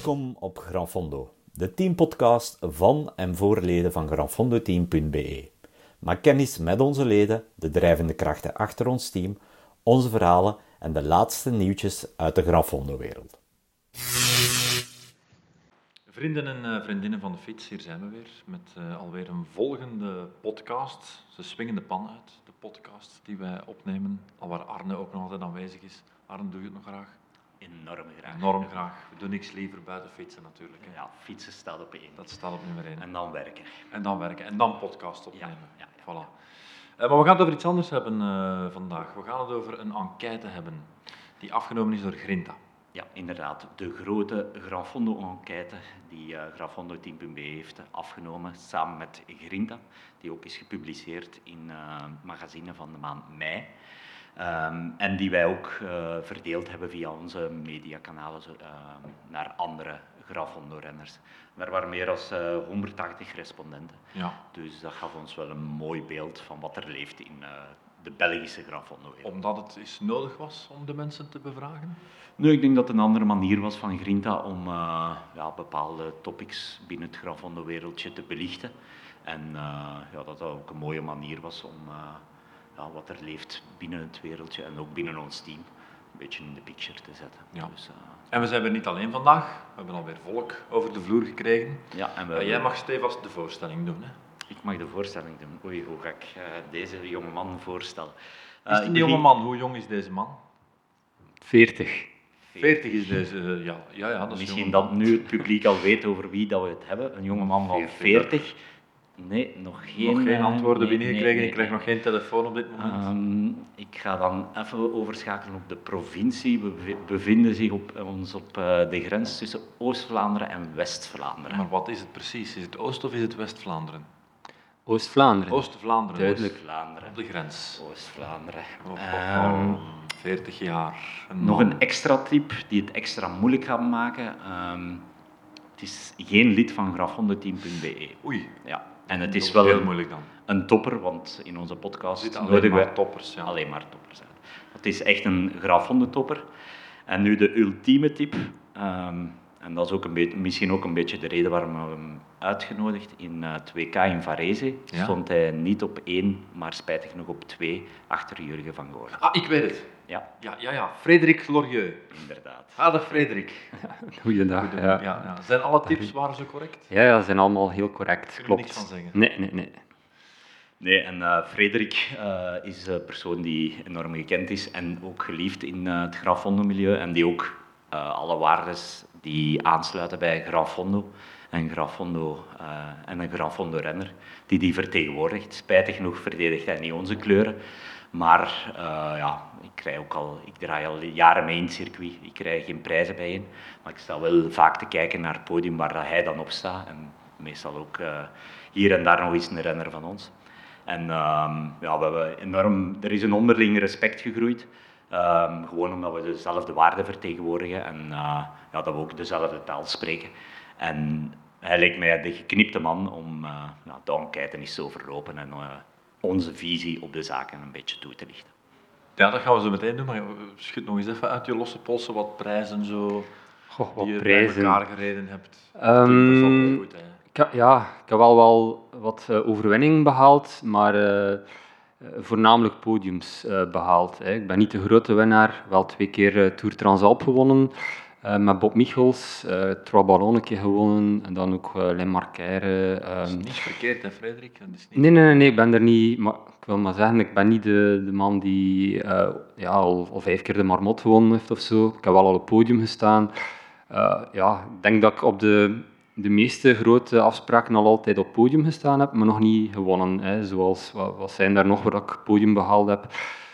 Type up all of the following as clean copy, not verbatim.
Welkom op Granfondo, de teampodcast van en voor leden van granfondoteam.be. Maak kennis met onze leden, de drijvende krachten achter ons team, onze verhalen en de laatste nieuwtjes uit de Granfondo-wereld. Vrienden en vriendinnen van de fiets, hier zijn we weer met alweer een volgende podcast. Ze swingen de pan uit, de podcast die wij opnemen, al waar Arne ook nog altijd aanwezig is. Arne, doe je het nog graag? Enorm graag. Enorm graag. We doen niks liever buiten fietsen natuurlijk. Hè. Ja, fietsen staat op 1. Dat staat op nummer 1. En dan werken. En dan werken. En dan podcast opnemen. Ja. Voilà. Maar we gaan het over iets anders hebben vandaag. We gaan het over een enquête hebben die afgenomen is door Grinta. Ja, inderdaad. De grote Granfondo-enquête die Granfondo-team.be heeft afgenomen samen met Grinta, die ook is gepubliceerd in het magazine van de maand mei. En die wij ook verdeeld hebben via onze mediakanalen naar andere Granfondo-renners. Er waren meer dan 180 respondenten. Ja. Dus dat gaf ons wel een mooi beeld van wat er leeft in de Belgische Granfondo-wereld. Omdat het eens nodig was om de mensen te bevragen? Nee, ik denk dat het een andere manier was van Grinta om bepaalde topics binnen het Granfondo-wereldje te belichten. En dat dat ook een mooie manier was om wat er leeft binnen het wereldje en ook binnen ons team een beetje in de picture te zetten. Ja. Dus, En we zijn er niet alleen vandaag, we hebben alweer volk over de vloer gekregen. ja, en Jij mag stevast de voorstelling doen. Hè? Ik mag de voorstelling doen. Oei, hoe ga ik deze jonge man voorstellen? Is het een jonge man? Hoe jong is deze man? 40. 40 is deze, ja, dat is Misschien een dat nu het publiek al weet over wie dat we het hebben. Een jonge man van 40. Nee, nog geen antwoorden nee, binnengekregen. nee, Ik krijg nog geen telefoon op dit moment. Ik ga dan even overschakelen op de provincie. We bevinden zich op de grens tussen Oost-Vlaanderen en West-Vlaanderen. Maar wat is het precies? Is het Oost- of is het West-Vlaanderen? Oost-Vlaanderen. Oost-Vlaanderen. Duidelijk. Vlaanderen. Op de grens. Oost-Vlaanderen. 40 jaar. Nog een extra tip die het extra moeilijk gaat maken. Het is geen lid van Granfondo-team.be. Oei. Ja. En het is Dat wel heel moeilijk dan. een topper, want in onze podcast Zitten alleen nodigen maar we toppers. Ja. alleen maar toppers uit. Het is echt een Granfondo-topper. En nu de ultieme tip, en dat is ook misschien ook een beetje de reden waarom we hem uitgenodigd. In het WK in Varese Ja? stond hij niet op 1, maar spijtig genoeg op 2 achter Jurgen van Goorlen. Ah, ik weet het. Ja, Ja. Frederik Lorieux. inderdaad. Dag Frederik. Goeiedag. Ja. Ja. Zijn alle tips, waren ze correct? Ja, ze zijn allemaal heel correct. Kun je Klopt. niks van zeggen? Nee. Nee, en Frederik is een persoon die enorm gekend is en ook geliefd in het Granfondo-milieu en die ook alle waardes die aansluiten bij Granfondo en een Granfondo-renner, die vertegenwoordigt. Spijtig genoeg verdedigt hij niet onze kleuren, maar ik draai al jaren mee in het circuit, ik krijg geen prijzen bij hem, maar ik sta wel vaak te kijken naar het podium waar dat hij dan op staat en meestal ook hier en daar nog eens een renner van ons. En we hebben er is een onderling respect gegroeid. Gewoon omdat we dezelfde waarden vertegenwoordigen en dat we ook dezelfde taal spreken. En hij lijkt mij de geknipte man om de enquête eens te overlopen en onze visie op de zaken een beetje toe te lichten. Ja, dat gaan we zo meteen doen, maar schud nog eens even uit je losse polsen wat prijzen zo Goh, wat die je prijzen. bij elkaar gereden hebt. Ehm, Dat is altijd goed, hè. Ik heb wel wat overwinningen behaald, maar voornamelijk podiums behaald. Hè. Ik ben niet de grote winnaar, wel 2 keer Tour Transalp gewonnen. Met Bob Michels, Trois Ballons een keer gewonnen en dan ook Le Marcaire. Dat is niet verkeerd, hè, Frederik? Dat is niet... Nee, ik ben er niet. Maar ik wil maar zeggen, ik ben niet de man die al 5 keer de Marmot gewonnen heeft of zo. Ik heb wel al op het podium gestaan. Ik denk dat ik op de meeste grote afspraken al altijd op het podium gestaan heb, maar nog niet gewonnen. Hè. Zoals, wat zijn daar nog waar ik het podium behaald heb?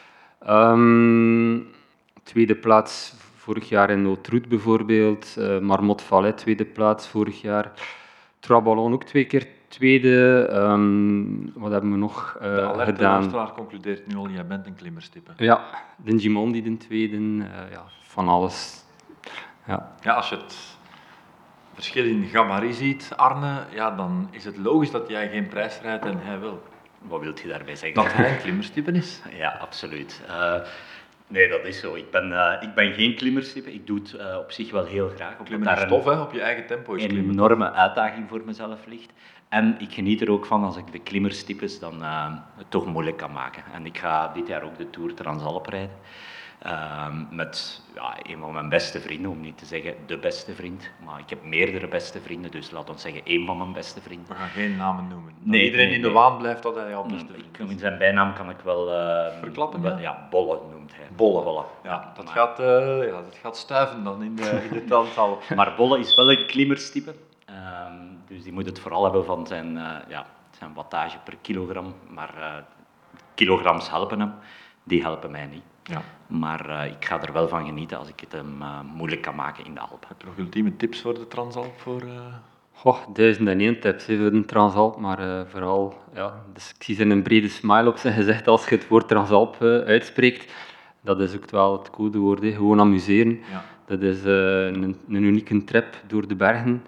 Tweede plaats vorig jaar in Autroet bijvoorbeeld. Marmot Valais, tweede plaats vorig jaar. Trois Ballons ook 2 keer tweede. Wat hebben we nog De alerte gedaan? luisteraar concludeert nu al, jij bent een klimmerstippe. Ja, de Gimondi de tweede. Van alles. Ja. Ja, als je het verschil in gabarit ziet, Arne, ja, dan is het logisch dat jij geen prijs rijdt en hij wel. Wat wilt je daarbij zeggen? Dat hij een klimmerstippe is. Ja, absoluut. Nee, dat is zo. Ik ben geen klimmerstype. Ik doe het op zich wel heel graag. Klimmen is tof, hè? Op je eigen tempo is een klimmen. enorme uitdaging voor mezelf ligt. En ik geniet er ook van als ik de klimmerstypes dan het toch moeilijk kan maken. En ik ga dit jaar ook de Tour Transalp rijden. Met een van mijn beste vrienden, om niet te zeggen de beste vriend. Maar ik heb meerdere beste vrienden, dus laat ons zeggen één van mijn beste vrienden. We gaan geen namen noemen. Nee, iedereen in de waan blijft dat hij jouw beste vriend is. In zijn bijnaam kan ik wel... Verklappen, ja? Ja, Bolle noemt hij. Bolle. Ja, dat gaat stuiven dan in de Transalp. Maar Bolle is wel een klimmerstype. Dus die moet het vooral hebben van zijn wattage per kilogram. Maar kilograms helpen hem, die helpen mij niet. Ja. Maar ik ga er wel van genieten als ik het hem moeilijk kan maken in de Alpen. Heb je nog ultieme tips voor de Transalp? Goh, 1001 tips voor de Transalp, maar vooral, dus ik zie een brede smile op zijn gezicht als je het woord Transalp uitspreekt. Dat is ook wel het codewoord, hè. Gewoon amuseren. Ja. Dat is een unieke trip door de bergen.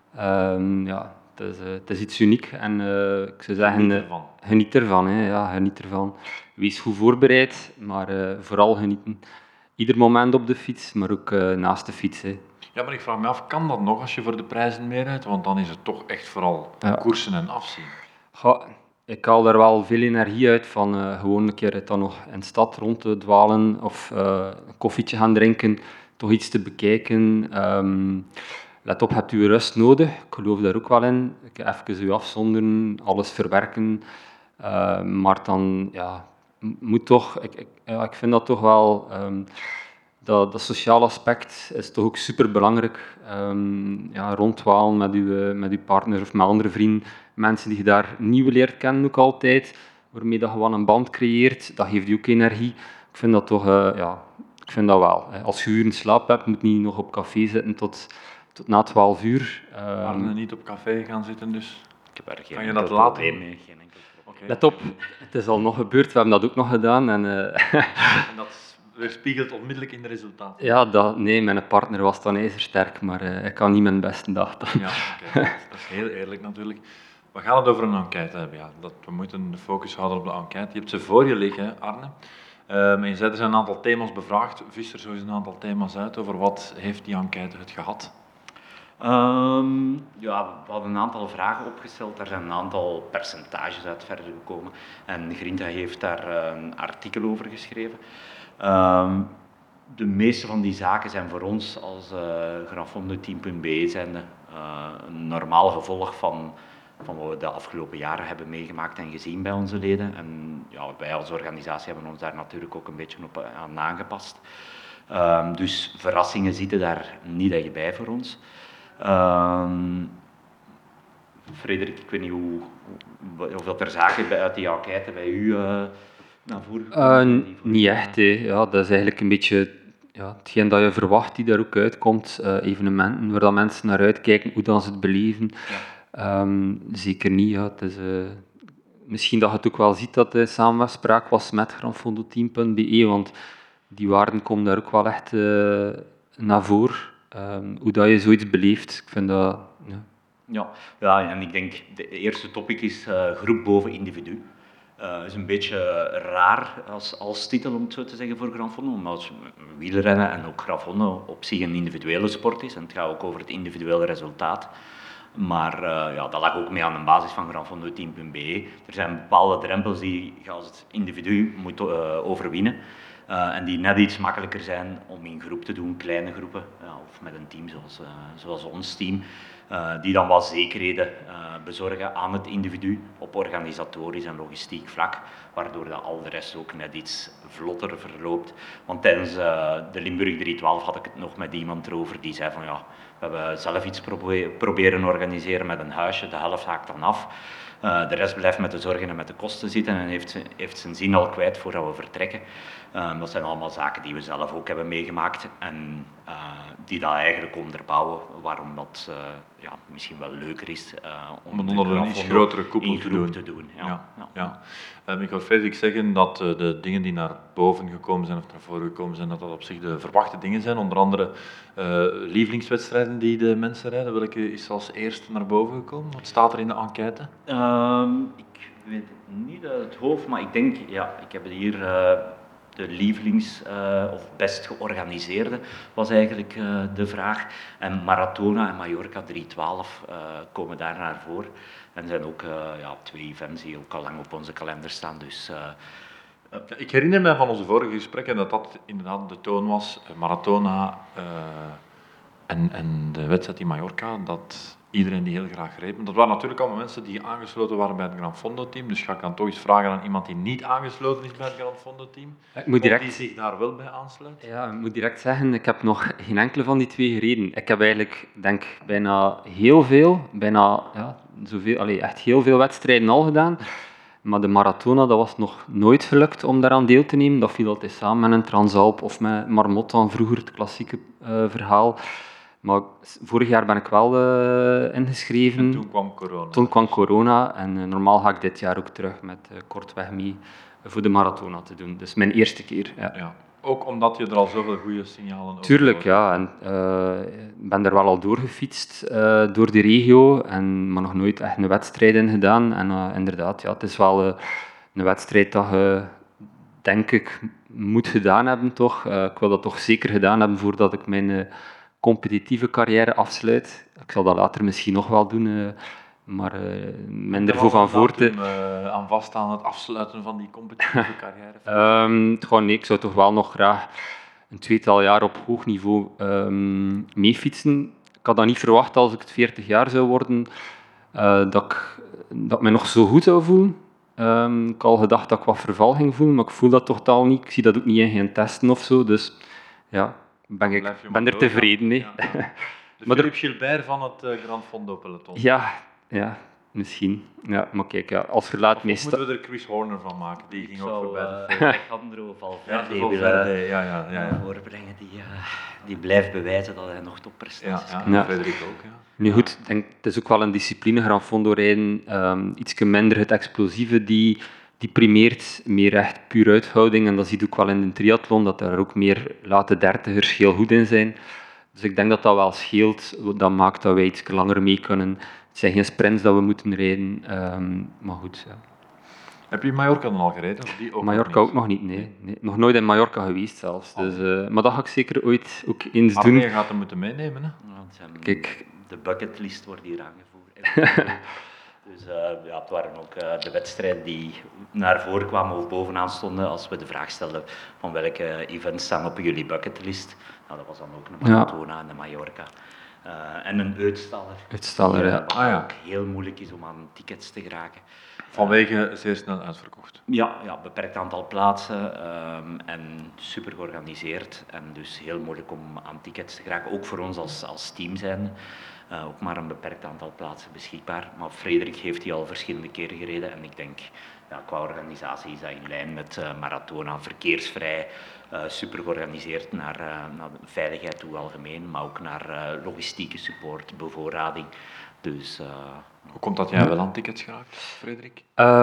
Het is iets uniek en ik zou zeggen, geniet ervan. Geniet ervan. Wees goed voorbereid, maar vooral genieten. Ieder moment op de fiets, maar ook naast de fiets. Hè. Ja, maar ik vraag me af, kan dat nog als je voor de prijzen meer rijdt? Want dan is het toch echt vooral koersen en afzien. Ik haal daar wel veel energie uit van gewoon een keer dan nog in de stad rond te dwalen of een koffietje gaan drinken, toch iets te bekijken. Let op, hebt u rust nodig? Ik geloof daar ook wel in. Even u afzonderen, alles verwerken. Maar dan, moet toch... Ik vind dat toch wel... Dat sociale aspect is toch ook superbelangrijk. Rondwalen met uw partner of met andere vrienden. Mensen die je daar nieuw leert kennen ook altijd. Waarmee dat je wel een band creëert. Dat geeft je ook energie. Ik vind dat toch... ik vind dat wel. Als je uren slaap hebt, moet je niet nog op café zitten tot na 12 uur. Arne niet op café gaan zitten, dus ik heb er geen kan je dat laten? Mee, geen enkel probleem. Let op, het is al nog gebeurd, we hebben dat ook nog gedaan. En dat weerspiegelt onmiddellijk in de resultaten. Ja, nee, mijn partner was dan ijzersterk, maar ik kan niet mijn beste dag dan. Ja, okay. Dat is heel eerlijk natuurlijk. We gaan het over een enquête hebben. Ja. We moeten de focus houden op de enquête. Je hebt ze voor je liggen, Arne. Je zei, er zijn een aantal thema's bevraagd. Vis er zo eens een aantal thema's uit over wat heeft die enquête het gehad? We hadden een aantal vragen opgesteld, daar zijn een aantal percentages uit verder gekomen. En Grinta heeft daar een artikel over geschreven. De meeste van die zaken zijn voor ons als graffondoteam.be zijn een normaal gevolg van wat we de afgelopen jaren hebben meegemaakt en gezien bij onze leden. En wij als organisatie hebben ons daar natuurlijk ook een beetje op aan aangepast. Dus verrassingen zitten daar niet echt bij voor ons. Frederik, ik weet niet hoeveel er zaken uit die enquête bij u naar voren komen. Niet echt, hè. Ja, dat is eigenlijk een beetje hetgeen dat je verwacht die daar ook uitkomt. Evenementen waar dat mensen naar uitkijken, hoe dan ze het beleven. Ja. Zeker niet. Ja. Het is, misschien dat je het ook wel ziet dat de samenspraak was met graffondoteam.be, want die waarden komen daar ook wel echt naar voren. Hoe dat je zoiets beleeft, ik vind dat... Ja, en ik denk, de eerste topic is groep boven individu. Dat is een beetje raar als titel, om het zo te zeggen, voor Graffondo, omdat wielrennen en ook Graffondo op zich een individuele sport is. En het gaat ook over het individuele resultaat. Maar dat lag ook mee aan de basis van graffondoteam.be. Er zijn bepaalde drempels die je als individu moet overwinnen. En die net iets makkelijker zijn om in groep te doen, kleine groepen, of met een team zoals ons team, die dan wat zekerheden bezorgen aan het individu op organisatorisch en logistiek vlak, waardoor dat al de rest ook net iets vlotter verloopt. Want tijdens de Limburg 312 had ik het nog met iemand erover die zei van we hebben zelf iets proberen organiseren met een huisje, de helft haakt dan af. De rest blijft met de zorgen en met de kosten zitten en heeft zijn zin al kwijt voordat we vertrekken. Dat zijn allemaal zaken die we zelf ook hebben meegemaakt en die dat eigenlijk onderbouwen waarom dat misschien wel leuker is om het onder een iets grotere koepel te doen. Ik hoor Frederik zeggen dat de dingen die naar boven gekomen zijn of naar voren gekomen zijn, dat op zich de verwachte dingen zijn. Onder andere lievelingswedstrijden die de mensen rijden. Welke is als eerste naar boven gekomen? Wat staat er in de enquête? Ik weet het niet uit het hoofd, maar ik denk, ik heb het hier de lievelings- of best georganiseerde, was eigenlijk de vraag. En Maratona en Mallorca 312 komen daar naar voren. En zijn ook 2 events die ook al lang op onze kalender staan. Dus, ik herinner me van onze vorige gesprekken dat inderdaad de toon was, Maratona en de wedstrijd in Mallorca, dat iedereen die heel graag reed. Maar dat waren natuurlijk allemaal mensen die aangesloten waren bij het Gran Fondo-team. Dus ga ik dan toch eens vragen aan iemand die niet aangesloten is bij het Gran Fondo-team. Ik moet direct, of die zich daar wel bij aansluit. Ja, ik moet direct zeggen, ik heb nog geen enkele van die 2 gereden. Ik heb eigenlijk, denk bijna heel veel, echt heel veel wedstrijden al gedaan. Maar de Maratona, dat was nog nooit gelukt om daaraan deel te nemen. Dat viel altijd samen met een Transalp of met Marmot dan vroeger, het klassieke verhaal. Maar vorig jaar ben ik wel ingeschreven. En toen kwam corona. Toen kwam corona en normaal ga ik dit jaar ook terug met kortweg mee voor de Maratona te doen. Dus mijn eerste keer. Ja. Ja. Ook omdat je er al zoveel goede signalen over Tuurlijk, ja. En ik ben er wel al doorgefietst door de regio, maar nog nooit echt een wedstrijd in gedaan. En inderdaad, ja, het is wel een wedstrijd dat je, denk ik, moet gedaan hebben, toch. Ik wil dat toch zeker gedaan hebben voordat ik mijn competitieve carrière afsluit. Ik zal dat later misschien nog wel doen, maar minder voor van voort. Aan vaststaan het afsluiten van die competitieve carrière? Nee, ik zou toch wel nog graag een 2-tal jaar op hoog niveau meefietsen. Ik had dat niet verwacht als ik 40 jaar zou worden, dat ik me nog zo goed zou voelen. Ik had al gedacht dat ik wat verval ging voelen, maar ik voel dat totaal niet. Ik zie dat ook niet in geen testen of zo, dus ja, ik ben er tevreden mee. Ja. De Philippe Gilbert van het Gran Fondo peloton. Ja, misschien. Ja, maar kijk, als je laat moeten we er Chris Horner van maken? Die ging ook voorbij. Alejandro Valverde willen voorbrengen. Die blijft bewijzen dat hij nog topprestaties kan. Ja, Frederik ook. Ja. Nu goed, ik denk, het is ook wel een discipline, Gran Fondo rijden. Iets minder het explosieve, die primeert meer echt puur uithouding. En dat zie je ook wel in de triathlon, dat er ook meer late dertigers heel goed in zijn. Dus ik denk dat dat wel scheelt. Dat maakt dat wij iets langer mee kunnen. Het zijn geen sprints dat we moeten rijden, maar goed. Ja. Heb je Mallorca dan al gereden? Of die ook Mallorca ook nog niet, nee. Nog nooit in Mallorca geweest zelfs. Dus, maar dat ga ik zeker ooit ook eens doen. Maar je gaat hem moeten meenemen, hè? Kijk. De bucketlist wordt hier aangevoerd. Dus het waren ook de wedstrijden die naar voren kwamen of bovenaan stonden als we de vraag stelden van welke events staan op jullie bucketlist. Nou, dat was dan ook een Maratona en een Mallorca. En een uitstaller. Ja. Ook heel moeilijk is om aan tickets te geraken. Vanwege zeer snel uitverkocht. Ja, beperkt aantal plaatsen en super georganiseerd. En dus heel moeilijk om aan tickets te geraken. Ook voor ons als team zijn. Ook maar een beperkt aantal plaatsen beschikbaar. Maar Frederik heeft die al verschillende keren gereden. En ik denk, qua organisatie is dat in lijn met Maratona. Verkeersvrij, super georganiseerd naar de veiligheid toe algemeen. Maar ook naar logistieke support, bevoorrading. Dus... Hoe komt dat jij wel aan tickets geraakt, Frederik?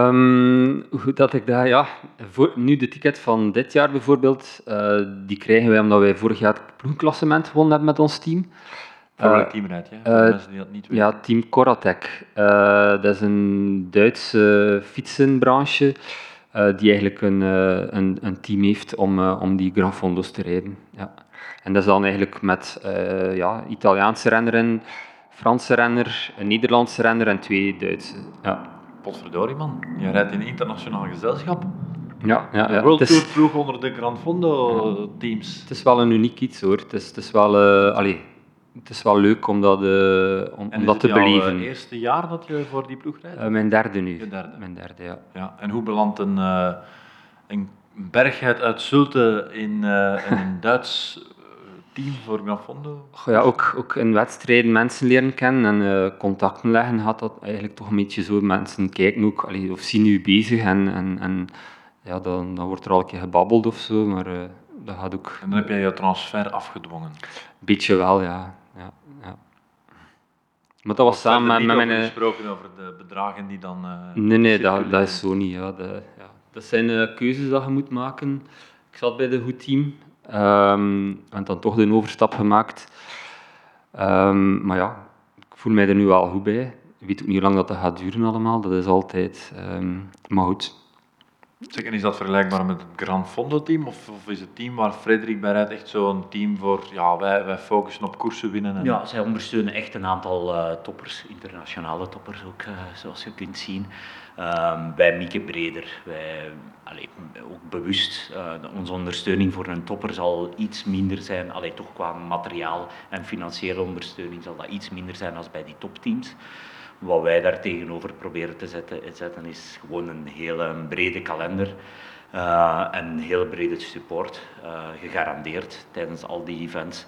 Hoe dat ik dat, nu de ticket van dit jaar bijvoorbeeld, die krijgen wij omdat wij vorig jaar het ploegklassement gewonnen hebben met ons team. Voor welk team rijd je? Voor de mensen die dat niet weten. Ja, Team Coratec. Dat is een Duitse fietsenbranche die eigenlijk een team heeft om die Gran Fondo's te rijden. Ja. En dat is dan eigenlijk met Italiaanse renner in, Franse renner, een Nederlandse renner en 2 Duitse. Ja. Potverdorie, man. Je rijdt in een internationaal gezelschap. Ja. De World Tour ploeg onder de Gran Fondo teams. Het is wel een uniek iets, hoor. Het is wel... Het is wel leuk om dat te beleven. Is het jouw eerste jaar dat je voor die ploeg rijdt? Mijn derde nu. Je derde? Mijn derde, ja. En hoe belandt een bergheid uit Zulte in een Duits team voor Gran Fondo? Ja, ook in wedstrijden mensen leren kennen en contacten leggen gaat dat eigenlijk toch een beetje zo. Mensen kijken ook, of zien u bezig en dan wordt er al een keer gebabbeld of zo, maar dat gaat ook... En dan heb jij je transfer afgedwongen? Beetje wel, ja. Maar dat was samen met mijn... gesproken over de bedragen die dan... Nee, dat is zo niet. Ja. Dat zijn keuzes dat je moet maken. Ik zat bij de goed team en dan toch de overstap gemaakt. Maar ja, ik voel mij er nu wel goed bij. Ik weet ook niet hoe lang dat gaat duren allemaal, dat is altijd... maar goed. Zeg, en is dat vergelijkbaar met het Gran Fondo-team? Of is het team waar Frederik bij rijdt echt zo'n team voor... Ja, wij focussen op koersen winnen. En... Ja, zij ondersteunen echt een aantal toppers, internationale toppers ook, zoals je kunt zien. Wij mikken breder. Wij, ook bewust, onze ondersteuning voor een topper zal iets minder zijn. Toch qua materiaal en financiële ondersteuning zal dat iets minder zijn als bij die topteams. Wat wij daar tegenover proberen te zetten is gewoon een hele brede kalender. En een heel brede support, gegarandeerd tijdens al die events.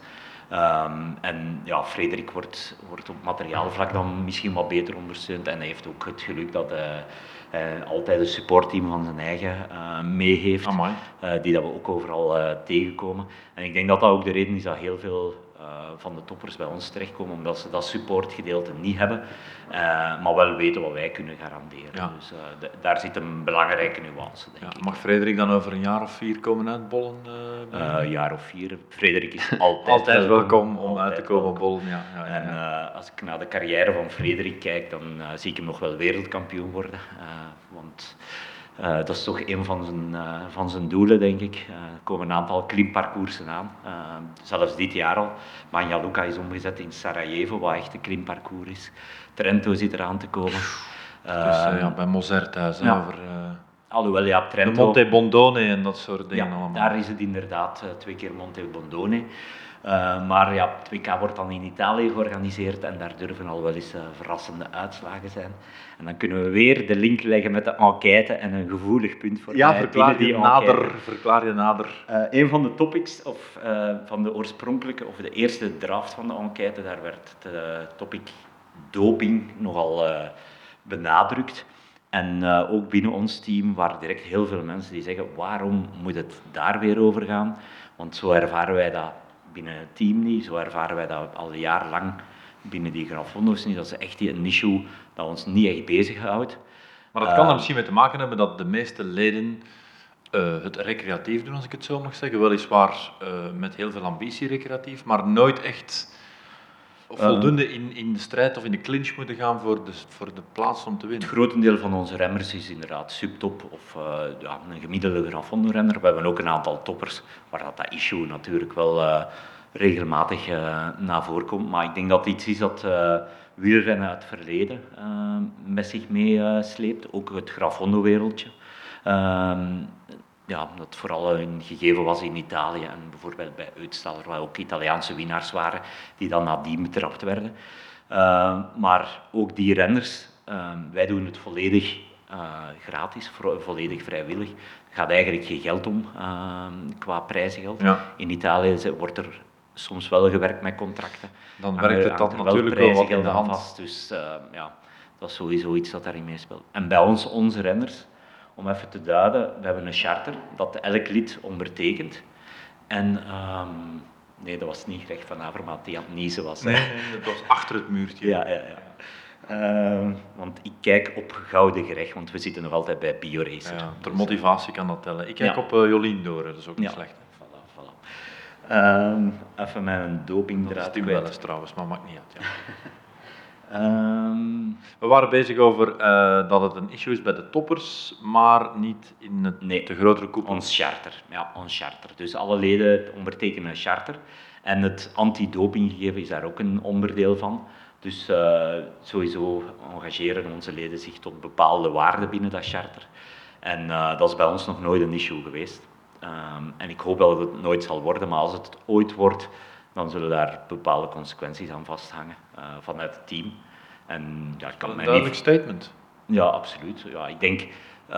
En ja, Frederik wordt op materiaalvlak dan misschien wat beter ondersteund en hij heeft ook het geluk dat hij altijd een supportteam van zijn eigen mee heeft, die dat we ook overal tegenkomen. En ik denk dat dat ook de reden is dat heel veel van de toppers bij ons terechtkomen, omdat ze dat supportgedeelte niet hebben, maar wel weten wat wij kunnen garanderen. Ja. Dus daar zit een belangrijke nuance, denk ik. Mag Frederik dan over een jaar of 4 komen uitbollen? Een jaar of 4. Frederik is altijd welkom om uit te komen bollen. Ja. En als ik naar de carrière van Frederik kijk, dan zie ik hem nog wel wereldkampioen worden. Want dat is toch een van zijn doelen, denk ik. Er komen een aantal klimparcoursen aan. Zelfs dit jaar al. Banja Luka is omgezet in Sarajevo, wat echt een klimparcours is. Trento zit eraan te komen. Dus bij Moser thuis. Ja. Alhoewel, ja, Trento... De Monte Bondone en dat soort dingen allemaal. Daar is het inderdaad 2 keer Monte Bondone. Maar ja, het WK wordt dan in Italië georganiseerd en daar durven al wel eens verrassende uitslagen zijn. En dan kunnen we weer de link leggen met de enquête en een gevoelig punt voor mij. Verklaar je nader. Een van de topics, van de oorspronkelijke, of de eerste draft van de enquête, daar werd de topic doping nogal benadrukt. En ook binnen ons team waren direct heel veel mensen die zeggen, waarom moet het daar weer over gaan? Want zo ervaren wij dat binnen het team niet, zo ervaren wij dat al jarenlang binnen die Gran Fondo's niet. Dat is echt een issue dat ons niet echt bezighoudt. Maar dat kan er misschien mee te maken hebben dat de meeste leden het recreatief doen, als ik het zo mag zeggen. Weliswaar met heel veel ambitie recreatief, maar nooit echt voldoende in de strijd of in de clinch moeten gaan voor de plaats om te winnen. Het grotendeel van onze remmers is inderdaad subtop of een gemiddelde Gran Fondo renner. We hebben ook een aantal toppers waar dat issue natuurlijk wel regelmatig naar voren komt. Maar ik denk dat het iets is dat wielrennen uit het verleden met zich meesleept. Ook het Gran Fondo wereldje. Dat vooral een gegeven was in Italië en bijvoorbeeld bij Uitstaller, waar ook Italiaanse winnaars waren, die dan nadien betrapt werden. Maar ook die renners, wij doen het volledig gratis, volledig vrijwillig. Er gaat eigenlijk geen geld om qua prijzengeld. Ja. In Italië wordt er soms wel gewerkt met contracten. Dan werkt het dat natuurlijk wel wat in de hand. Vast, dus dat is sowieso iets dat daarin meespeelt. En bij onze renners, om even te duiden, we hebben een charter dat elk lid ondertekent. En nee, dat was niet Greg van Avermaat die aan het niezen was. Nee, dat was achter het muurtje. Ja. Want ik kijk op gouden gerecht, want we zitten nog altijd bij BioRacer. Ja, ter motivatie kan dat tellen. Ik kijk op Jolien door, dat is ook niet slecht. Voilà. Even mijn dopingdraad. Dat is Tim Welles trouwens, maar maakt niet uit. Ja. We waren bezig over dat het een issue is bij de toppers, maar niet in de grotere koepel. Ons charter. Dus alle leden ondertekenen een charter. En het anti-dopinggegeven is daar ook een onderdeel van. Dus sowieso engageren onze leden zich tot bepaalde waarden binnen dat charter. En dat is bij ons nog nooit een issue geweest. En ik hoop wel dat het nooit zal worden, maar als het ooit wordt, dan zullen daar bepaalde consequenties aan vasthangen vanuit het team. En, kan een duidelijk statement. Ja, absoluut. Ja, ik denk...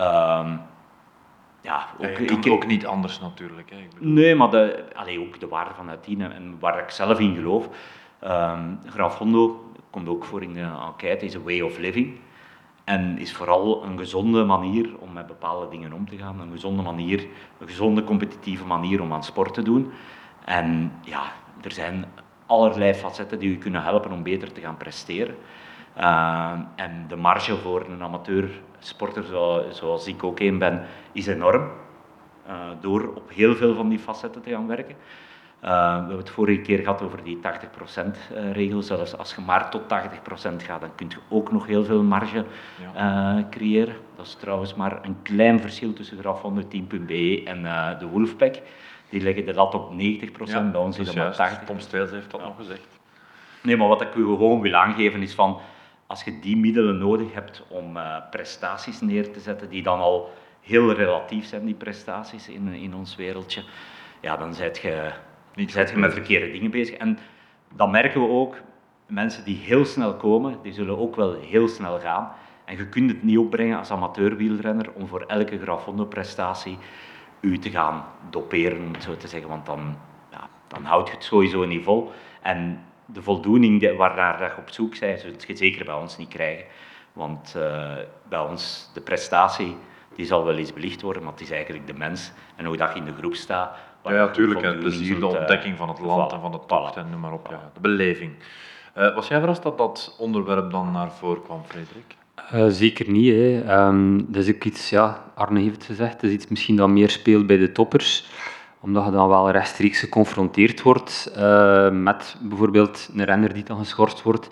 ook niet anders natuurlijk. Hè. Ik bedoel... Nee, maar ook de waarde van het team en waar ik zelf in geloof. Gran Fondo komt ook voor in de enquête, is een way of living. En is vooral een gezonde manier om met bepaalde dingen om te gaan. Een gezonde competitieve manier om aan sport te doen. En ja, er zijn allerlei facetten die u kunnen helpen om beter te gaan presteren. En de marge voor een amateursporter, zoals ik ook een ben, is enorm. Door op heel veel van die facetten te gaan werken. We hebben het vorige keer gehad over die 80% regel. Zelfs als je maar tot 80% gaat, dan kun je ook nog heel veel marge creëren. Dat is trouwens maar een klein verschil tussen graf110.be en de Wolfpack. Die leggen de lat op 90%, bij ons is dat maar 80%. Tom Steels heeft dat nog gezegd. Nee, maar wat ik u gewoon wil aangeven is van, als je die middelen nodig hebt om prestaties neer te zetten, die dan al heel relatief zijn, die prestaties in ons wereldje, ja, dan zijt je met verkeerde dingen bezig. En dat merken we ook, mensen die heel snel komen, die zullen ook wel heel snel gaan. En je kunt het niet opbrengen als amateurwielrenner om voor elke Graffondo-prestatie u te gaan doperen, om het zo te zeggen, want dan houd je het sowieso niet vol. En de voldoening waar je op zoek bent, zult je zeker bij ons niet krijgen. Want bij ons, de prestatie, die zal wel eens belicht worden, maar het is eigenlijk de mens en hoe dat je in de groep staat. Ja, natuurlijk. Het plezier, de ontdekking van het land en van de tocht en noem maar op. Ja, de beleving. Was jij verrast dat dat onderwerp dan naar voren kwam, Frederik? Zeker niet. Hè. Dat is ook iets, Arne heeft het gezegd, dat is iets misschien dat meer speelt bij de toppers, omdat je dan wel rechtstreeks geconfronteerd wordt met bijvoorbeeld een renner die dan geschorst wordt.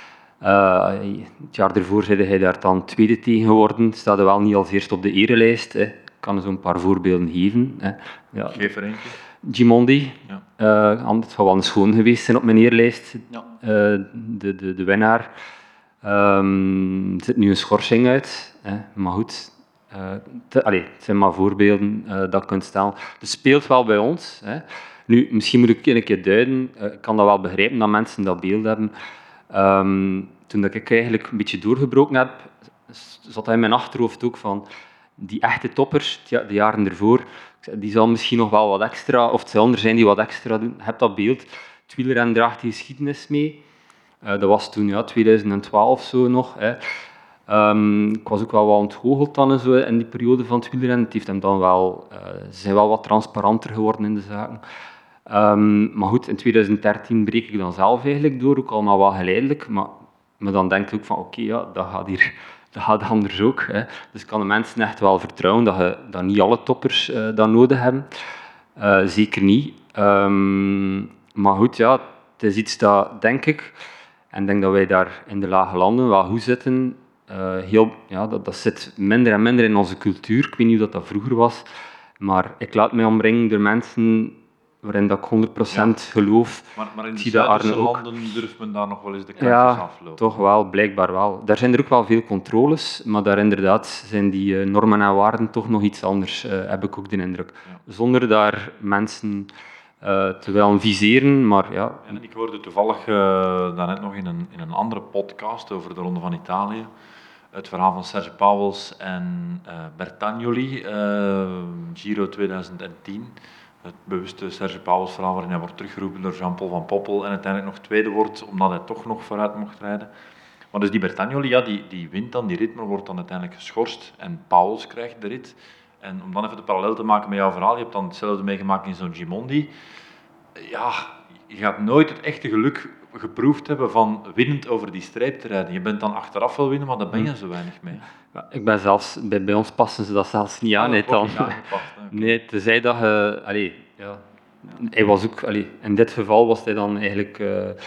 Het jaar ervoor zei hij daar dan tweede tegen geworden, staat er wel niet als eerst op de erelijst. Hè. Ik kan er zo'n paar voorbeelden geven. Hè. Ja. Geef er eentje. Gimondi, het zou wel een schoon geweest zijn op mijn eerlijst. Ja. De winnaar. Er zit nu een schorsing uit, hè. Maar goed. Het zijn maar voorbeelden dat je kunt stellen. Het speelt wel bij ons. Hè. Nu, misschien moet ik een keer duiden. Ik kan dat wel begrijpen dat mensen dat beeld hebben. Toen ik eigenlijk een beetje doorgebroken heb, zat hij in mijn achterhoofd ook van die echte toppers, de jaren ervoor, die zal misschien nog wel wat extra, of het zal er zijn die wat extra doen. Je hebt dat beeld. Het wielrennen draagt die geschiedenis mee. Dat was toen 2012 zo nog. Hè. Ik was ook wel wat ontgoocheld dan zo in die periode van het wielrennen. Het heeft hem dan wel, ze zijn wel wat transparanter geworden in de zaken. Maar goed, in 2013 breek ik dan zelf eigenlijk door, ook allemaal wel geleidelijk. Maar dan denk ik ook van dat gaat hier, dat gaat anders ook. Hè. Dus ik kan de mensen echt wel vertrouwen dat niet alle toppers dat nodig hebben. Zeker niet. Maar goed, het is iets dat, denk ik, en ik denk dat wij daar in de lage landen wel goed zitten. Dat zit minder en minder in onze cultuur. Ik weet niet of dat vroeger was, maar ik laat mij omringen door mensen waarin dat ik 100% geloof. Maar in de Zuiderse landen durft men daar nog wel eens de kantjes aflopen. Ja, toch wel, blijkbaar wel. Daar zijn er ook wel veel controles, maar daar inderdaad zijn die normen en waarden toch nog iets anders, heb ik ook de indruk. Ja. Zonder daar mensen te willen viseren, maar ja. En ik hoorde toevallig daarnet nog in een andere podcast over de Ronde van Italië het verhaal van Serge Pauwels en Bertagnoli, Giro 2010. Het bewuste Serge Pauwels verhaal waarin hij wordt teruggeroepen door Jean-Paul van Poppel en uiteindelijk nog tweede wordt, omdat hij toch nog vooruit mocht rijden. Maar dus die Bertagnoli, die wint dan die rit, maar wordt dan uiteindelijk geschorst en Pauwels krijgt de rit. En om dan even de parallel te maken met jouw verhaal, je hebt dan hetzelfde meegemaakt in zo'n Gimondi. Ja, je gaat nooit het echte geluk geproefd hebben van winnend over die streep te rijden. Je bent dan achteraf wel winnen, maar daar ben je zo weinig mee. Ja, ik ben zelfs, bij ons passen ze dat zelfs niet aan. Nee, tenzij dat je... Hij was ook... in dit geval was hij dan eigenlijk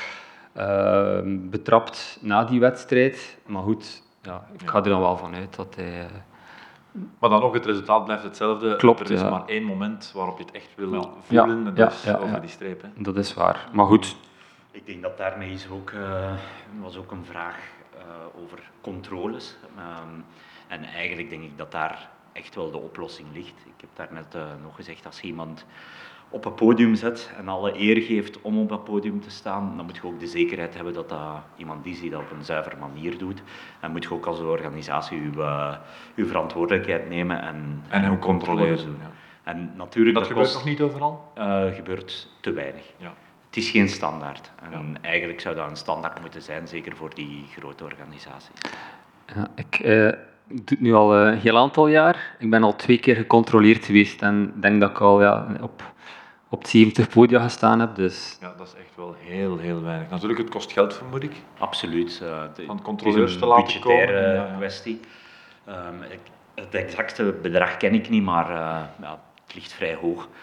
betrapt na die wedstrijd. Maar goed, ik ga er dan wel van uit dat hij... Maar dan nog, het resultaat blijft hetzelfde. Klopt, er is maar één moment waarop je het echt wil voelen, en dat is over die streep. Hè. Dat is waar. Maar goed... Ik denk dat daarmee is was ook een vraag over controles. En eigenlijk denk ik dat daar echt wel de oplossing ligt. Ik heb daarnet nog gezegd, als je iemand op een podium zet en alle eer geeft om op dat podium te staan, dan moet je ook de zekerheid hebben dat dat iemand is die dat op een zuivere manier doet. En moet je ook als organisatie je verantwoordelijkheid nemen en ook controleren. Doen. Ja. En natuurlijk, dat gebeurt nog niet overal? Gebeurt te weinig. Ja. Het is geen standaard. En eigenlijk zou dat een standaard moeten zijn, zeker voor die grote organisaties. Ja, ik doe het nu al een heel aantal jaar. Ik ben al 2 keer gecontroleerd geweest en denk dat ik al op 70 podia gestaan heb. Dus. Ja, dat is echt wel heel, heel weinig. Natuurlijk, het kost geld, vermoed ik. Absoluut. Van controleurs te laten komen. Het is een budgettaire kwestie. Het exacte bedrag ken ik niet, maar het ligt vrij hoog.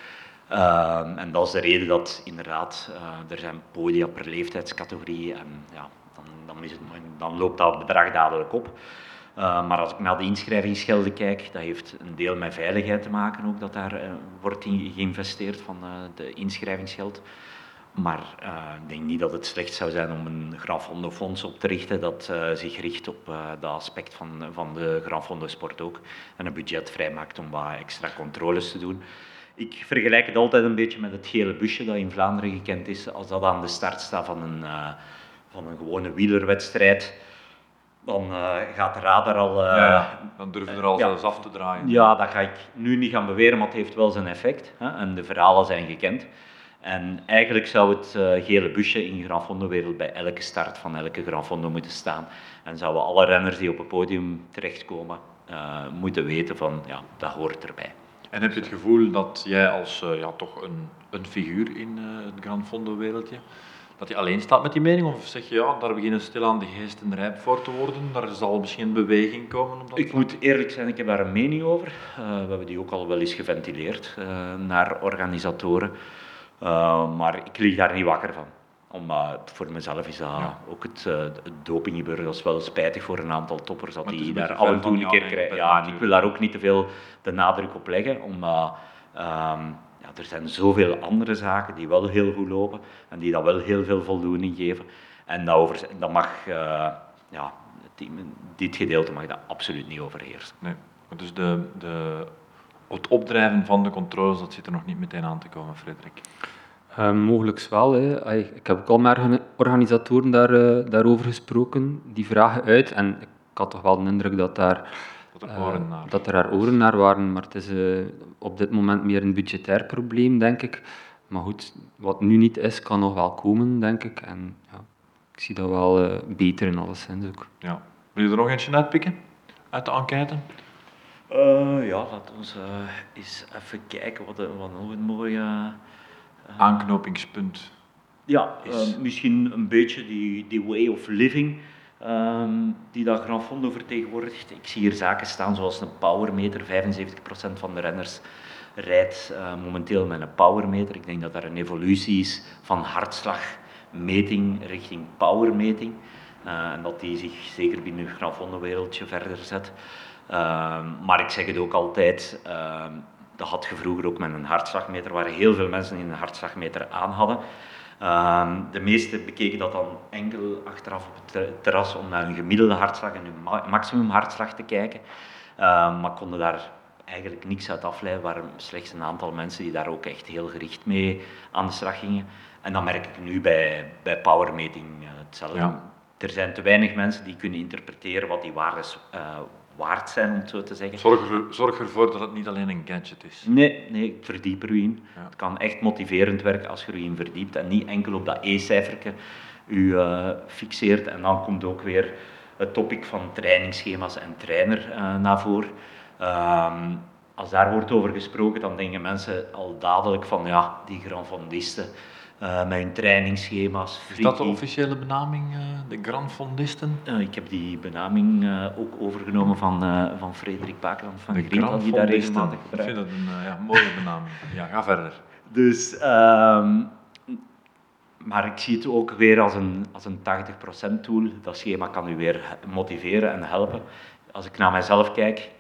En dat is de reden dat inderdaad, er zijn podia per leeftijdscategorie en ja, dan loopt dat bedrag dadelijk op. Maar als ik naar de inschrijvingsgelden kijk, dat heeft een deel met veiligheid te maken ook, dat daar wordt in geïnvesteerd van de inschrijvingsgeld. Maar ik denk niet dat het slecht zou zijn om een Gran Fondo fonds op te richten dat zich richt op dat aspect van de Gran Fondo sport ook en een budget vrijmaakt om wat extra controles te doen. Ik vergelijk het altijd een beetje met het gele busje dat in Vlaanderen gekend is. Als dat aan de start staat van een gewone wielerwedstrijd, dan gaat de radar al... dan durven er al zelfs af te draaien. Ja, dat ga ik nu niet gaan beweren, maar het heeft wel zijn effect. Hè? En de verhalen zijn gekend. En eigenlijk zou het gele busje in Gran Fondo-wereld bij elke start van elke Gran Fondo moeten staan. En zouden alle renners die op het podium terechtkomen moeten weten van, ja, dat hoort erbij. En heb je het gevoel dat jij als toch een figuur in het Gran Fondo-wereldje, dat je alleen staat met die mening? Of zeg je, ja, daar beginnen stilaan de geesten rijp voor te worden, daar zal misschien een beweging komen? Ik moet eerlijk zijn, ik heb daar een mening over. We hebben die ook al wel eens geventileerd naar organisatoren. Maar ik lig daar niet wakker van. Voor mezelf is dat ook het dopinggebeuren. Dat is wel spijtig voor een aantal toppers dat die daar af en toe een keer krijgen. Ja, en ik wil daar ook niet te veel de nadruk op leggen, omdat er zijn zoveel andere zaken die wel heel goed lopen en die dat wel heel veel voldoening geven. En dat mag, dit gedeelte mag dat absoluut niet overheersen. Nee, dus het opdrijven van de controles, dat zit er nog niet meteen aan te komen, Frederik. Mogelijk wel. Hè. Ik heb ook al met organisatoren daarover gesproken, die vragen uit. En ik had toch wel de indruk dat er oren naar waren. Maar het is op dit moment meer een budgetair probleem, denk ik. Maar goed, wat nu niet is, kan nog wel komen, denk ik. En ja, ik zie dat wel beter in alleszins ook. Ja. Wil je er nog eentje uitpikken uit de enquête? Laten we eens even kijken wat een mooie... aanknopingspunt. Ja, misschien een beetje die way of living die dat Gran Fondo vertegenwoordigt. Ik zie hier zaken staan zoals een powermeter. 75% van de renners rijdt momenteel met een powermeter. Ik denk dat daar een evolutie is van hartslagmeting richting powermeting. En dat die zich zeker binnen het Gran Fondo-wereldje verder zet. Maar ik zeg het ook altijd... Dat had je vroeger ook met een hartslagmeter, waar heel veel mensen een hartslagmeter aan hadden. De meesten bekeken dat dan enkel achteraf op het terras om naar hun gemiddelde hartslag en hun maximum hartslag te kijken. Maar konden daar eigenlijk niks uit afleiden. Er waren slechts een aantal mensen die daar ook echt heel gericht mee aan de slag gingen. En dat merk ik nu bij powermeting hetzelfde. Ja. Er zijn te weinig mensen die kunnen interpreteren wat die waardes waard zijn, om het zo te zeggen. Zorg ervoor dat het niet alleen een gadget is. Nee, verdiep er u in. Ja. Het kan echt motiverend werken als je er in verdiept en niet enkel op dat E-cijfertje u fixeert. En dan komt ook weer het topic van trainingsschema's en trainer naar voren. Als daar wordt over gesproken, dan denken mensen al dadelijk van ja, die Gran Fondisten met hun trainingsschema's. Is dat de officiële benaming, de Gran Fondisten? Ik heb die benaming ook overgenomen van Frederik Bakeland van de Grietal, die daar regelmatig gebruikt. Ik vind dat een mooie benaming. Ja, ga verder. Dus, maar ik zie het ook weer als een 80% tool. Dat schema kan u weer motiveren en helpen. Als ik naar mijzelf kijk,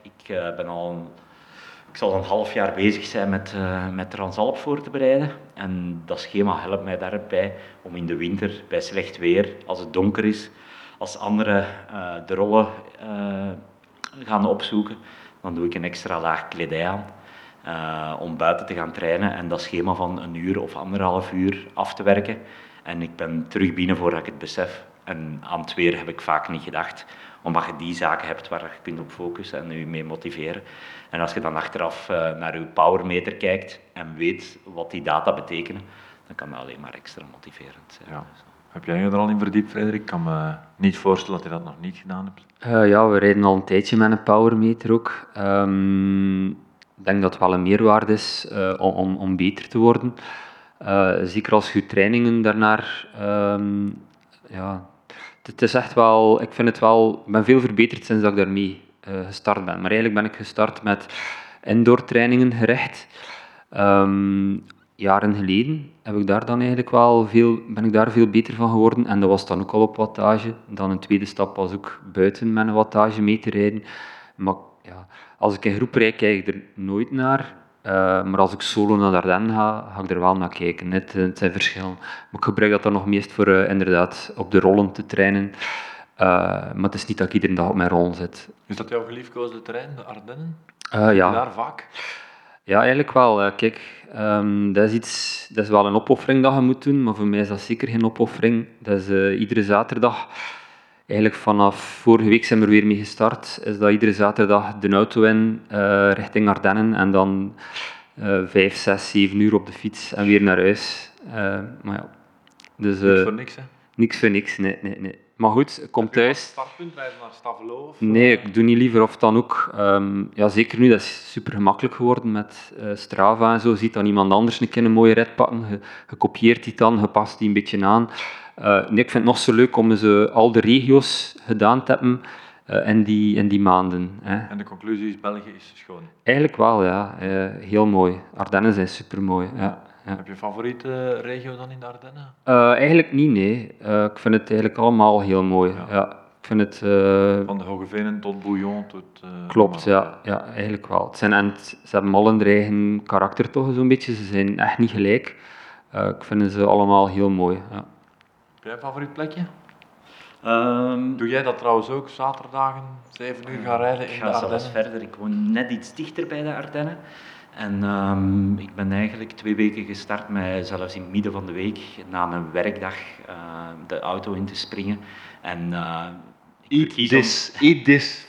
ik zal een half jaar bezig zijn met Transalp voor te bereiden. En dat schema helpt mij daarbij om in de winter, bij slecht weer, als het donker is, als anderen de rollen gaan opzoeken, dan doe ik een extra laag kledij aan om buiten te gaan trainen en dat schema van 1 uur of 1,5 uur af te werken. En ik ben terug binnen voordat ik het besef. En aan het weer heb ik vaak niet gedacht, omdat je die zaken hebt waar je kunt op focussen en je mee motiveren. En als je dan achteraf naar je powermeter kijkt en weet wat die data betekenen, dan kan dat alleen maar extra motiverend zijn. Ja. Heb jij je er al in verdiept, Frederik? Ik kan me niet voorstellen dat je dat nog niet gedaan hebt. Ja, we rijden al een tijdje met een powermeter ook. Ik denk dat het wel een meerwaarde is om beter te worden. Zeker als je trainingen daarnaar... Het is echt wel... Ik ben veel verbeterd sinds dat ik daarmee gestart ben. Maar eigenlijk ben ik gestart met indoor trainingen gericht. jaren geleden heb ik daar dan eigenlijk ben ik daar veel beter van geworden. En dat was dan ook al op wattage. Dan een tweede stap was ook buiten met een wattage mee te rijden. Maar ja, als ik in groep rijd, kijk ik er nooit naar. Maar als ik solo naar de Ardennen ga ik er wel naar kijken. Het zijn verschillen. Maar ik gebruik dat dan nog meest voor inderdaad op de rollen te trainen. Maar het is niet dat ik iedere dag op mijn rollen zit. Is dat jouw geliefkoosde terrein, de Ardennen? Ja. Daar vaak? Ja, eigenlijk wel. Kijk, dat is wel een opoffering dat je moet doen, maar voor mij is dat zeker geen opoffering. Dat is iedere zaterdag, eigenlijk vanaf vorige week zijn we er weer mee gestart, is dat iedere zaterdag de auto in richting Ardennen en dan 5, 6, 7 uur op de fiets en weer naar huis. Maar ja, dus, Niks voor niks, hè? niks voor niks, nee. Maar goed, ik kom thuis. Startpunt, rijden naar Stavelo? Of, Nee, ik doe niet liever of dan ook. Ja, zeker nu, dat is super gemakkelijk geworden met Strava en zo. Ziet dan iemand anders een keer een mooie rit pakken, je kopieert die dan, je past die een beetje aan. Nee, ik vind het nog zo leuk om al de regio's gedaan te hebben in die maanden. Hè. En de conclusie is, België is schoon. Eigenlijk wel, ja. Heel mooi. Ardennen zijn super mooi. Ja. Ja. Heb je een favoriete regio dan in de Ardennen? Eigenlijk niet, nee. Ik vind het eigenlijk allemaal heel mooi. Ja. Ik vind het... Van de Hoge Venen tot Bouillon tot... Klopt, ja, eigenlijk wel. Ze hebben al hun eigen karakter toch zo'n beetje. Ze zijn echt niet gelijk. Ik vind ze allemaal heel mooi. Ja. Heb jij een favoriet plekje? Doe jij dat trouwens ook, zaterdagen 7 uur gaan rijden in ik de ga Ardennen? zelfs verder. Ik woon net iets dichter bij de Ardennen. En ik ben eigenlijk 2 weken gestart met zelfs in het midden van de week, na een werkdag, de auto in te springen. En Eat this.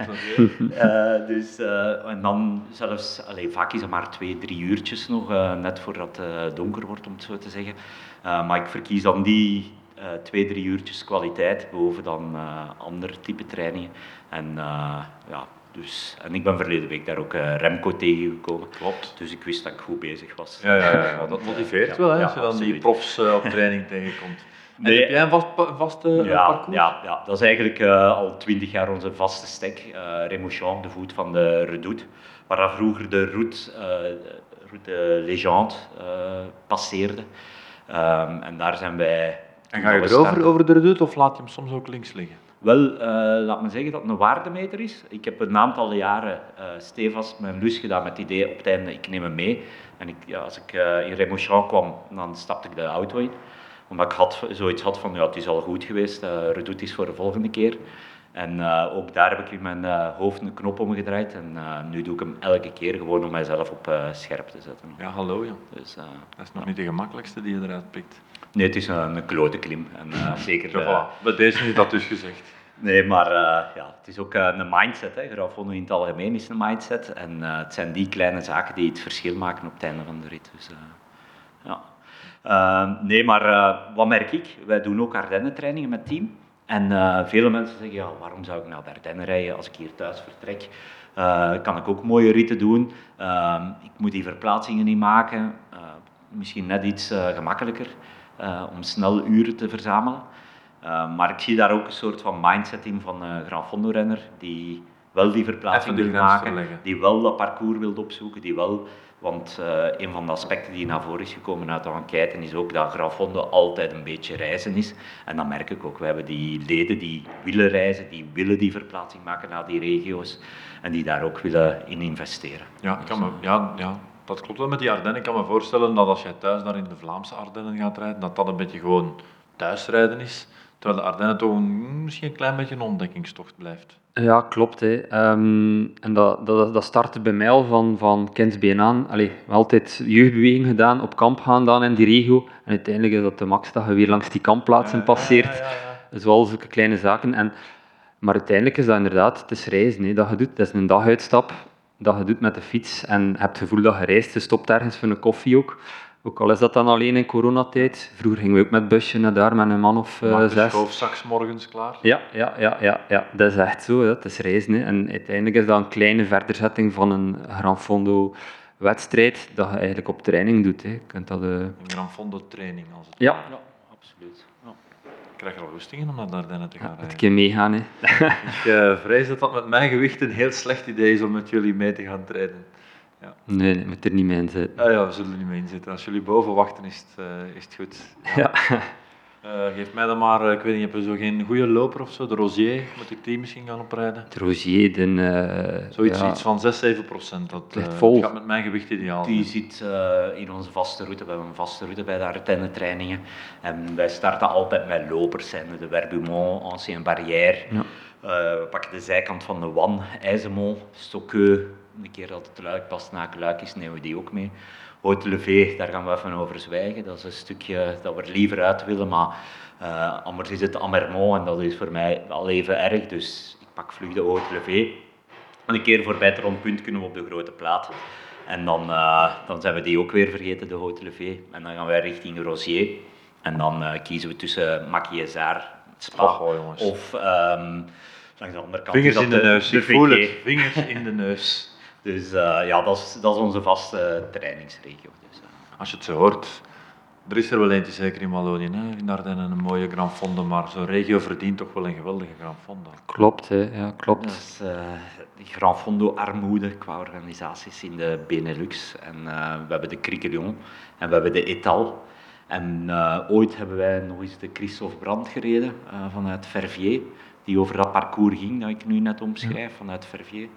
En dan zelfs, vaak is het maar 2-3 uurtjes nog, net voordat het donker wordt, om het zo te zeggen. Maar ik verkies dan die 2-3 uurtjes kwaliteit boven dan andere type trainingen. En en ik ben verleden week daar ook Remco tegengekomen. Klopt. Dus ik wist dat ik goed bezig was. Ja, dat motiveert wel, hè, als je dan die absoluut. profs op training tegenkomt. Nee. En heb jij een vaste parcours? Ja, dat is eigenlijk al 20 jaar onze vaste stek. Remouchon, de voet van de Redoute, waar dat vroeger de route Legende passeerde. En daar zijn wij... En ga je erover over de Redoute of laat je hem soms ook links liggen? Wel, laat me zeggen dat het een waardemeter is. Ik heb een aantal jaren stevast mijn lus gedaan met het idee op het einde, ik neem hem mee. En als ik in Remouchon kwam, dan stapte ik de auto in. Omdat ik zoiets had van, het is al goed geweest, Redoute is voor de volgende keer. En ook daar heb ik in mijn hoofd een knop omgedraaid. En nu doe ik hem elke keer gewoon om mijzelf op scherp te zetten. Ja, hallo ja. Dus, dat is nog niet de gemakkelijkste die je eruit pikt. Nee, het is een klote klim. En, zeker... Bij deze is dat dus gezegd. Nee, maar het is ook een mindset. Graffondo in het algemeen is een mindset. En het zijn die kleine zaken die het verschil maken op het einde van de rit. Dus, nee, maar wat merk ik? Wij doen ook Ardennen-trainingen met team. En vele mensen zeggen, waarom zou ik naar de Ardennen rijden als ik hier thuis vertrek? Kan ik ook mooie ritten doen. Ik moet die verplaatsingen niet maken. Misschien net iets gemakkelijker om snel uren te verzamelen. Maar ik zie daar ook een soort van mindset in van een Graffondo-renner die wel die verplaatsing wil maken, die wel dat parcours wil opzoeken, die wel... Want een van de aspecten die naar voren is gekomen uit de enquête is ook dat Graffondo altijd een beetje reizen is. En dat merk ik ook. We hebben die leden die willen reizen, die willen die verplaatsing maken naar die regio's en die daar ook willen in investeren. Dat klopt wel met die Ardennen. Ik kan me voorstellen dat als jij thuis daar in de Vlaamse Ardennen gaat rijden, dat dat een beetje gewoon thuisrijden is. Terwijl de Ardennen toch misschien een klein beetje een ontdekkingstocht blijft. Ja, klopt. Hè. En dat startte bij mij al van kindsbeen aan. Altijd jeugdbeweging gedaan, op kamp gaan dan in die regio. En uiteindelijk is dat de max dat je weer langs die kampplaatsen passeert. Zoals zulke kleine zaken. Maar uiteindelijk is dat inderdaad, het is reizen hè, dat je doet. Het is een daguitstap dat je doet met de fiets. En je hebt het gevoel dat je reist. Je stopt ergens voor een koffie ook. Ook al is dat dan alleen in coronatijd. Vroeger gingen we ook met het busje naar daar met een man of 6. De schoofzak morgens klaar. Ja, dat is echt zo. Het is reizen. Hè. En uiteindelijk is dat een kleine verderzetting van een Graffondo-wedstrijd dat je eigenlijk op training doet. Hè. Je kunt dat, Een Graffondo-training als het ja, absoluut. Ja. Ik krijg er al rustingen om naar de Ardennen te gaan rijden. een keer meegaan. Hè. Ik vrees dat met mijn gewicht een heel slecht idee is om met jullie mee te gaan trainen. Ja. Nee, je moet er niet mee in zitten. Ja, we zullen er niet mee in zitten. Als jullie boven wachten, is het goed. Ja. Geef mij dan maar, ik weet niet, heb je zo geen goede loper of zo? De Rosier, moet ik die misschien gaan oprijden? Het Rosier, Zoiets ja, iets van 6-7%. Dat ligt vol. gaat met mijn gewicht ideaal. Die zit in onze vaste route. We hebben een vaste route bij de Ardennen-trainingen. En wij starten altijd met lopers. De Verbumont, Ancien Barrière. Ja. We pakken de zijkant van de Wan, IJzemont, Stokkeu. Een keer dat het Luik, Bastenaken-Luik is, nemen we die ook mee. Haute-Levé, daar gaan we even over zwijgen. Dat is een stukje dat we er liever uit willen, maar anders is het Amermont en dat is voor mij wel even erg. Dus ik pak vlug de Haute-Levé. En een keer voorbij het rondpunt kunnen we op de grote plaat. En dan zijn we die ook weer vergeten, de Haute-Levé. En dan gaan wij richting Rosier. En dan kiezen we tussen Maquisard, Spa jongens. of langs de andere kant. Vingers is in dat de neus, ik VK. voel het. Vingers in de neus. Dus ja, dat is onze vaste trainingsregio. Dus, Als je het zo hoort, er is er wel eentje zeker in Wallonië, hè? In Ardennen een mooie Gran Fondo, maar zo'n regio verdient toch wel een geweldige Gran Fondo. Klopt, hè. Ja, klopt. dat is Gran Fondo armoede qua organisaties in de Benelux. En we hebben de Criquelion en we hebben de Etal. En ooit hebben wij nog eens de Christophe Brand gereden vanuit Verviers, die over dat parcours ging dat ik nu net omschrijf, vanuit Verviers.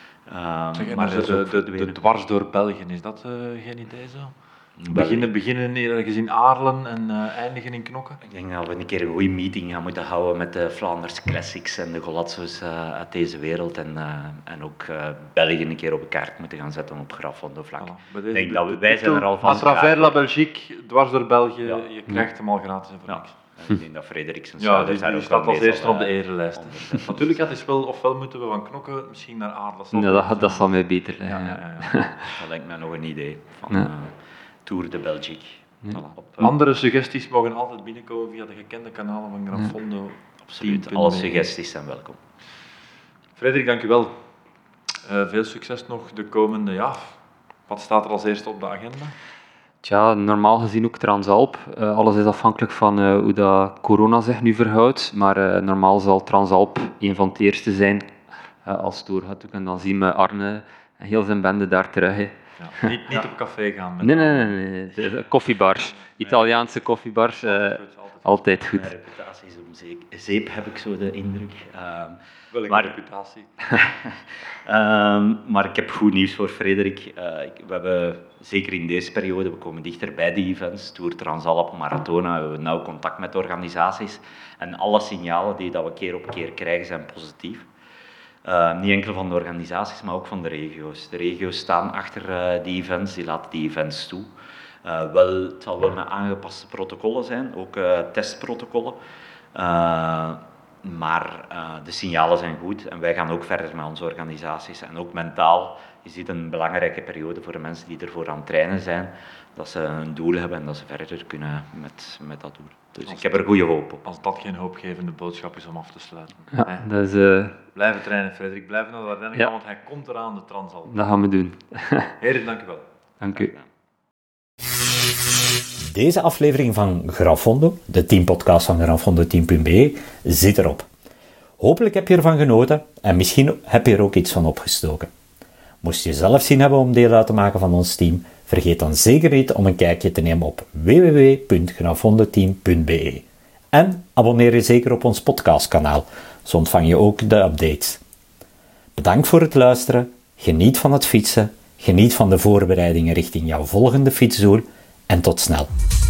Zeg, Maar dat is ook de verdwenen. dwars door België, is dat geen idee zo? België. Beginnen ergens in Aarlen en eindigen in Knokke? Ik denk dat we een keer een goede meeting gaan moeten houden met de Flanders Classics en de Golazzo's uit deze wereld. En ook België een keer op de kaart moeten gaan zetten op Graf van de Vlak. Voilà. Ik denk dat wij zijn er al van. À travers la Belgique, dwars door België, Ja. je krijgt hem al gratis en voor Ja. niks. Ik denk dat Frederik zijn Ja, schouders die daar ook staat wel als mee eerste zal, op de erenlijst. onderzetten. Natuurlijk, het is wel, ofwel moeten we van Knokke misschien naar Aarlen. Nee, dat zal mij beter liggen. Ja, Ja. ja. Dat lijkt mij nog een idee van Ja. Tour de Belgique. Ja. Voilà. Op, Andere suggesties mogen altijd binnenkomen via de gekende kanalen van Gran Fondo. absoluut, team.be. alle suggesties zijn welkom. Frederik, dank u wel. Veel succes nog de komende, ja, wat staat er als eerste op de agenda? Tja, normaal gezien ook Transalp. Alles is afhankelijk van hoe dat corona zich nu verhoudt. Maar normaal zal Transalp een van het eerste zijn als het doorgaat. En dan zien we Arne en heel zijn bende daar terug. Hè. Ja, niet op café gaan. Met Nee. De koffiebars. Italiaanse koffiebars. Altijd goed. Mijn reputatie is om zeep, heb ik zo de indruk. Wel een maar- reputatie. Maar ik heb goed nieuws voor Frederik. We hebben, zeker in deze periode, we komen dichter bij die events, Tour Transalp, Maratona, we hebben nauw contact met organisaties. En alle signalen die dat we keer op keer krijgen zijn positief. Niet enkel van de organisaties, maar ook van de regio's. De regio's staan achter die events, die laten die events toe. Het zal wel met aangepaste protocollen zijn, ook testprotocollen. Maar de signalen zijn goed en wij gaan ook verder met onze organisaties. En ook mentaal is dit een belangrijke periode voor de mensen die ervoor aan het trainen zijn. Dat ze een doel hebben en dat ze verder kunnen met dat doel. Dus ik heb er goede hoop op. Als dat geen hoopgevende boodschap is om af te sluiten. Ja, Hè? dat, is, Blijven trainen, Frederik. Blijven naar de Ardennen Ja. gaan, want hij komt eraan, de Transalp. dat gaan we doen. Heren, dank u wel. Dank u. Deze aflevering van Gran Fondo, de teampodcast van granfondoteam.be, zit erop. Hopelijk heb je ervan genoten en misschien heb je er ook iets van opgestoken. Moest je zelf zin hebben om deel uit te maken van ons team, vergeet dan zeker niet om een kijkje te nemen op www.granfondoteam.be. En abonneer je zeker op ons podcastkanaal, zo ontvang je ook de updates. Bedankt voor het luisteren, geniet van het fietsen, geniet van de voorbereidingen richting jouw volgende fietsdoel en tot snel.